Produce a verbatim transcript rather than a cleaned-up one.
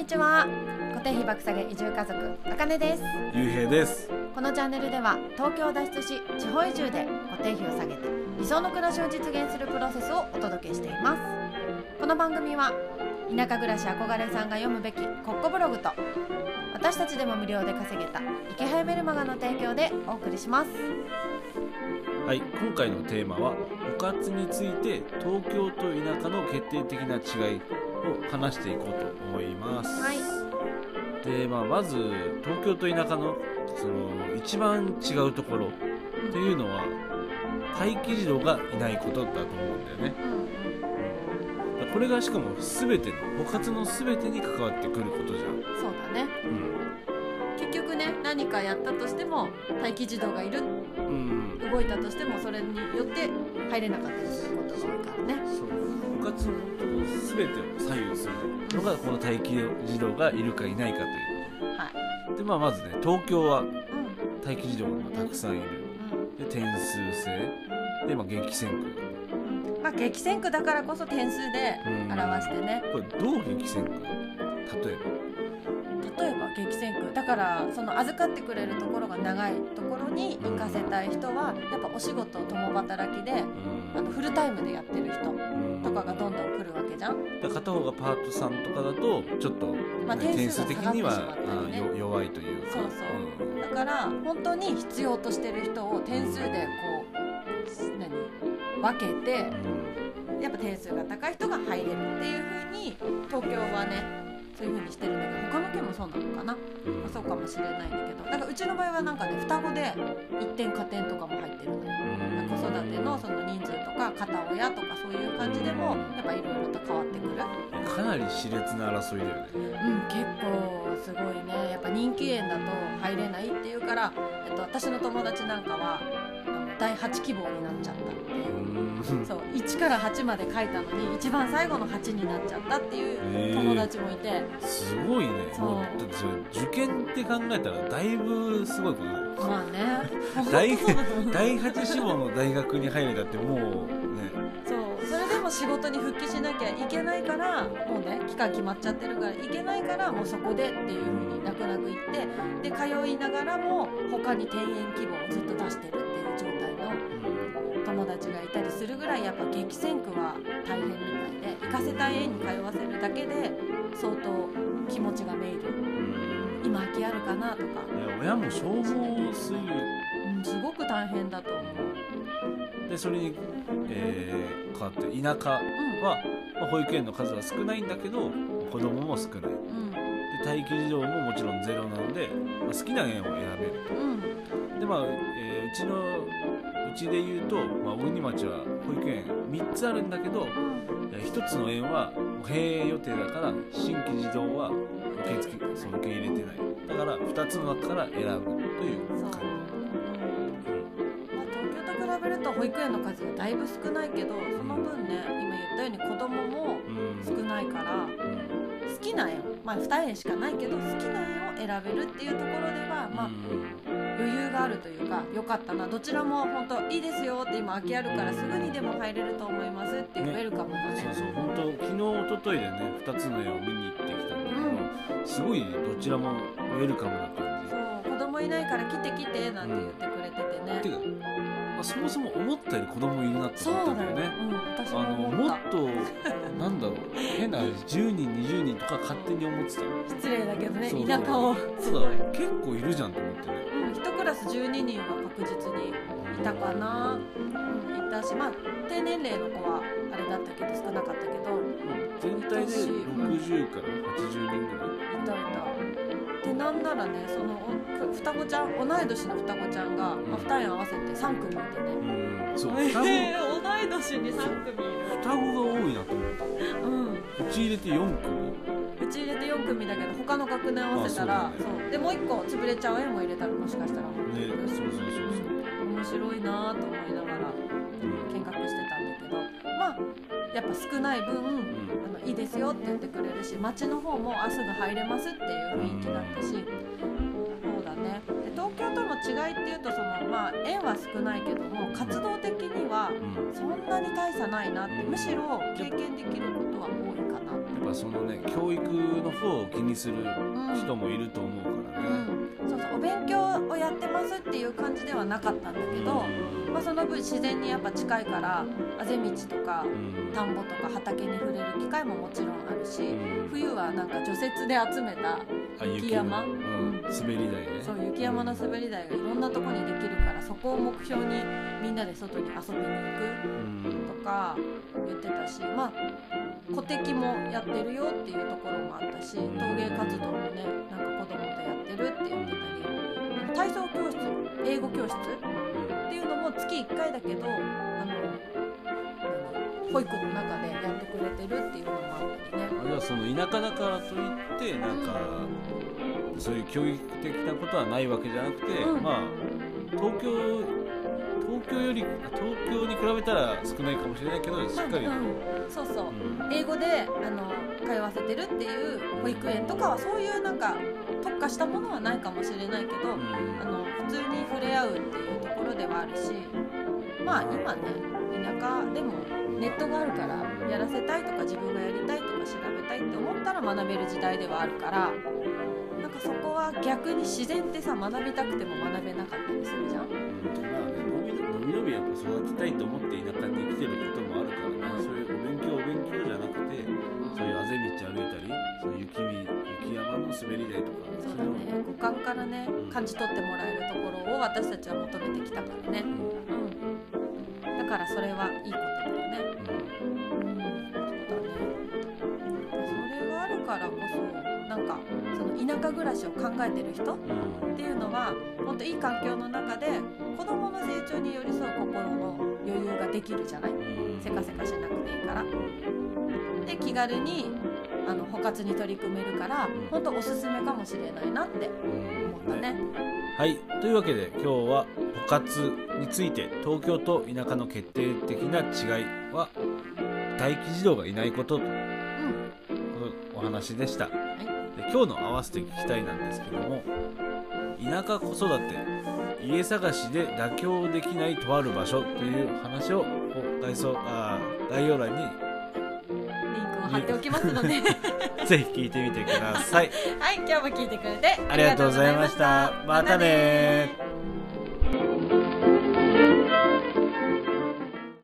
にちは。固定費爆下げ移住家族あかねです。 ゆうへいです。 このチャンネルでは東京を脱出し地方移住で固定費を下げて理想の暮らしを実現するプロセスをお届けしています。この番組は田舎暮らし憧れさんが読むべきコッコブログと私たちでも無料で稼げた池早メルマガの提供でお送りします。 はい、今回のテーマはおかつについて東京と田舎の決定的な違いを話していこうと思います。 はい。 で、まあ、まず東京と田舎のその一番違うところっていうのは待機児童がいないことだと思うんだよね。うん、これがしかも全ての部活の全てに関わってくることじゃん。 そうだね。うん、結局ね、何かやったとしても待機児童がいる、うん、動いたとしてもそれによって入れなかったりすることが多いからね。そう部活の全てを左右するのがこの待機児童がいるかいないかということ、はい、で、まあ、まずね東京は待機児童がたくさんいる、うん、で点数制で、まあ、激戦区、 うん、まあ、激戦区だからこそ点数で表してね、 うん、これどう激戦区？例えば例えば激戦区だからその預かってくれるところが長いところに行かせたい人はやっぱお仕事共働きで、うん、あのフルタイムでやってる人とかがどんどん来るわけじゃん。 だ片方がパートさんとかだとちょっと、まあ、点数的には、ね、弱いというか、 そうそう、うん、だから本当に必要としてる人を点数でこう何分けて、うん、やっぱ点数が高い人が入れるっていう風に東京はねそういう風にしてるんだけど、他の県もそうなのかな、うんまあ、そうかもしれないんだけど、だからうちの場合はなんかね双子で一点加点とかも入ってるのよ、うん、子育てのその人数とか片親とかそういう感じでもやっぱいろいろと変わってくる。 かなり熾烈な争いだよね。 うん、結構すごいね。やっぱ人気園だと入れないっていうから、えっと、私の友達なんかはだいはち希望になっちゃったっていう、そういちからはちまで書いたのに一番最後のはちになっちゃったっていう友達もいて、 えー、すごいね。もうだってそれ受験って考えたらだいぶすごいことだよ。 まあねだいはち志望の大学に入れたってもうね、 そうそれでも仕事に復帰しなきゃいけないからもうね期間決まっちゃってるからいけないからもうそこでっていう風に泣く泣く言ってで通いながらも他に転園希望をずっと出してるっていう状態の友達がいたりするぐらいやっぱ激戦区は大変みたいで、行かせたい園に通わせるだけで相当気持ちがめいる、今空きあるかなとか、いや親も消耗する、 うん、すごく大変だと思う。 でそれに、えー、変わって田舎は、うんまあ、保育園の数は少ないんだけど子供も少ない、うん、で待機児童ももちろんゼロなので、まあ、好きな園を選べると、うん、でまあ、えー、うちのうちで言うと、まあ、小国町は保育園みっつあるんだけど、うん、ひとつの園は閉園予定だから新規児童は受け付けその受け入れてない。だからふたつの中から選ぶという感じ。 比べると保育園の数はだいぶ少ないけど、その分ね今言ったように子供も少ないから、うん、好きな園、まあに園しかないけど好きな園を選べるっていうところでは、まあ、余裕があるというか良かったな。どちらも本当いいですよって今空きあるからすぐにでも入れると思いますっていうウェルカムだね。 そうそう本当昨日一昨日でねふたつの園を見に行ってきたんだけど、うん、すごいどちらもウェルカムな感じ。 そう子供いないから来て来てなんて言ってくれててね、うん、てかまあ、そもそも思ったより子供いるなって思ったんだよね。 うん、私もあのもっとなんだろう変なじゅうにんにじゅうにんとか勝手に思ってた。 失礼だけどね、そうそう田舎をそうだ結構いるじゃんと思ってね。 うん、いちクラスじゅうににんは確実にいたかな、うん、いたし、まあ低年齢の子はあれだったけど少なかったけど、 全体でろくじゅうからはちじゅうにんぐらいいたいた。でなんならねその双子ちゃん同い年の双子ちゃんが、うんまあ、二人合わせてさん組いてね、うん、そう双子、えー、同い年にさん組いる。 双子が多いなと思った、うん、うち入れてよん組うち入れてよん組だけど他の学年合わせたら、そう、ね、そうでもういっこ潰れちゃう園も入れたらもしかしたらねそうそうそうそう面白いなと思いながら、うん、見学してたんだけど、まあやっぱ少ない分、うん、あのいいですよって言ってくれるし、町の方もあすぐ入れますっていう雰囲気だったし、そうだね。で東京との違いっていうとその、まあ、園は少ないけども活動的にはそそんなに大差ないなって、むしろ経験できることは多いかなって。 やっぱそのね教育の方を気にする人もいると思うからね、 うんうん、そうそうお勉強をやってますっていう感じではなかったんだけど、うんまあ、その分自然にやっぱ近いからあぜ道とか、うん、田んぼとか畑に触れる機会ももちろんあるし、うん、冬はなんか除雪で集めた雪山、 うん、滑り台ね、 そう雪山の滑り台がいろんなとこにできるから、そこを目標にみんなで外に遊びに行くとか言ってたし、まあ鼓笛もやってるよっていうところもあったし、陶芸活動もねなんか子供とやってるって言ってたり、体操教室、英語教室っていうのも月いっかいだけど、あの保育の中でやってくれてるっていうのもあったりね。 あれはその田舎だからといってなんか、うん、そういう教育的なことはないわけじゃなくて、うん、まあ東京東京より東京に比べたら少ないかもしれないけどしっかり、 うん、そうそう、うん、英語であの通わせてるっていう保育園とかはそういうなんか特化したものはないかもしれないけど、うん、あの普通に触れ合うっていうところではあるし、まあ今ね田舎でもネットがあるからやらせたいとか自分がやりたいとか調べたいって思ったら学べる時代ではあるから、なんかそこは逆に自然ってさ学びたくても学べなかったりするじゃん。 のびのびやっぱ育てたいと思って田舎に来てることもあるからね、そういうお勉強お勉強じゃなくて、そういうあぜ道歩いたり、そういう雪見雪山の滑り台とか、 そうだね、五感からね感じ取ってもらえるところを私たちは求めてきたからね、うん、だからそれはいいことだよね、うん、うん、そうだね。それがあるからこそなんかその田舎暮らしを考えてる人っていうのは本当いい環境の中で子どもの成長に寄り添う心の余裕ができるじゃない、せかせかしなくていいから。で気軽にあの補活に取り組めるから本当おすすめかもしれないなって思ったね。 はい、というわけで今日は補活について東京と田舎の決定的な違いは待機児童がいないことと、うん、このお話でした、はい、で今日の合わせて聞きたいなんですけども、田舎子育て家探しで妥協できないとある場所という話を概要あ概要欄にリンクを貼っておきますのでぜひ聞いてみてください。 はい、今日も聞いてくれてありがとうございました。またね。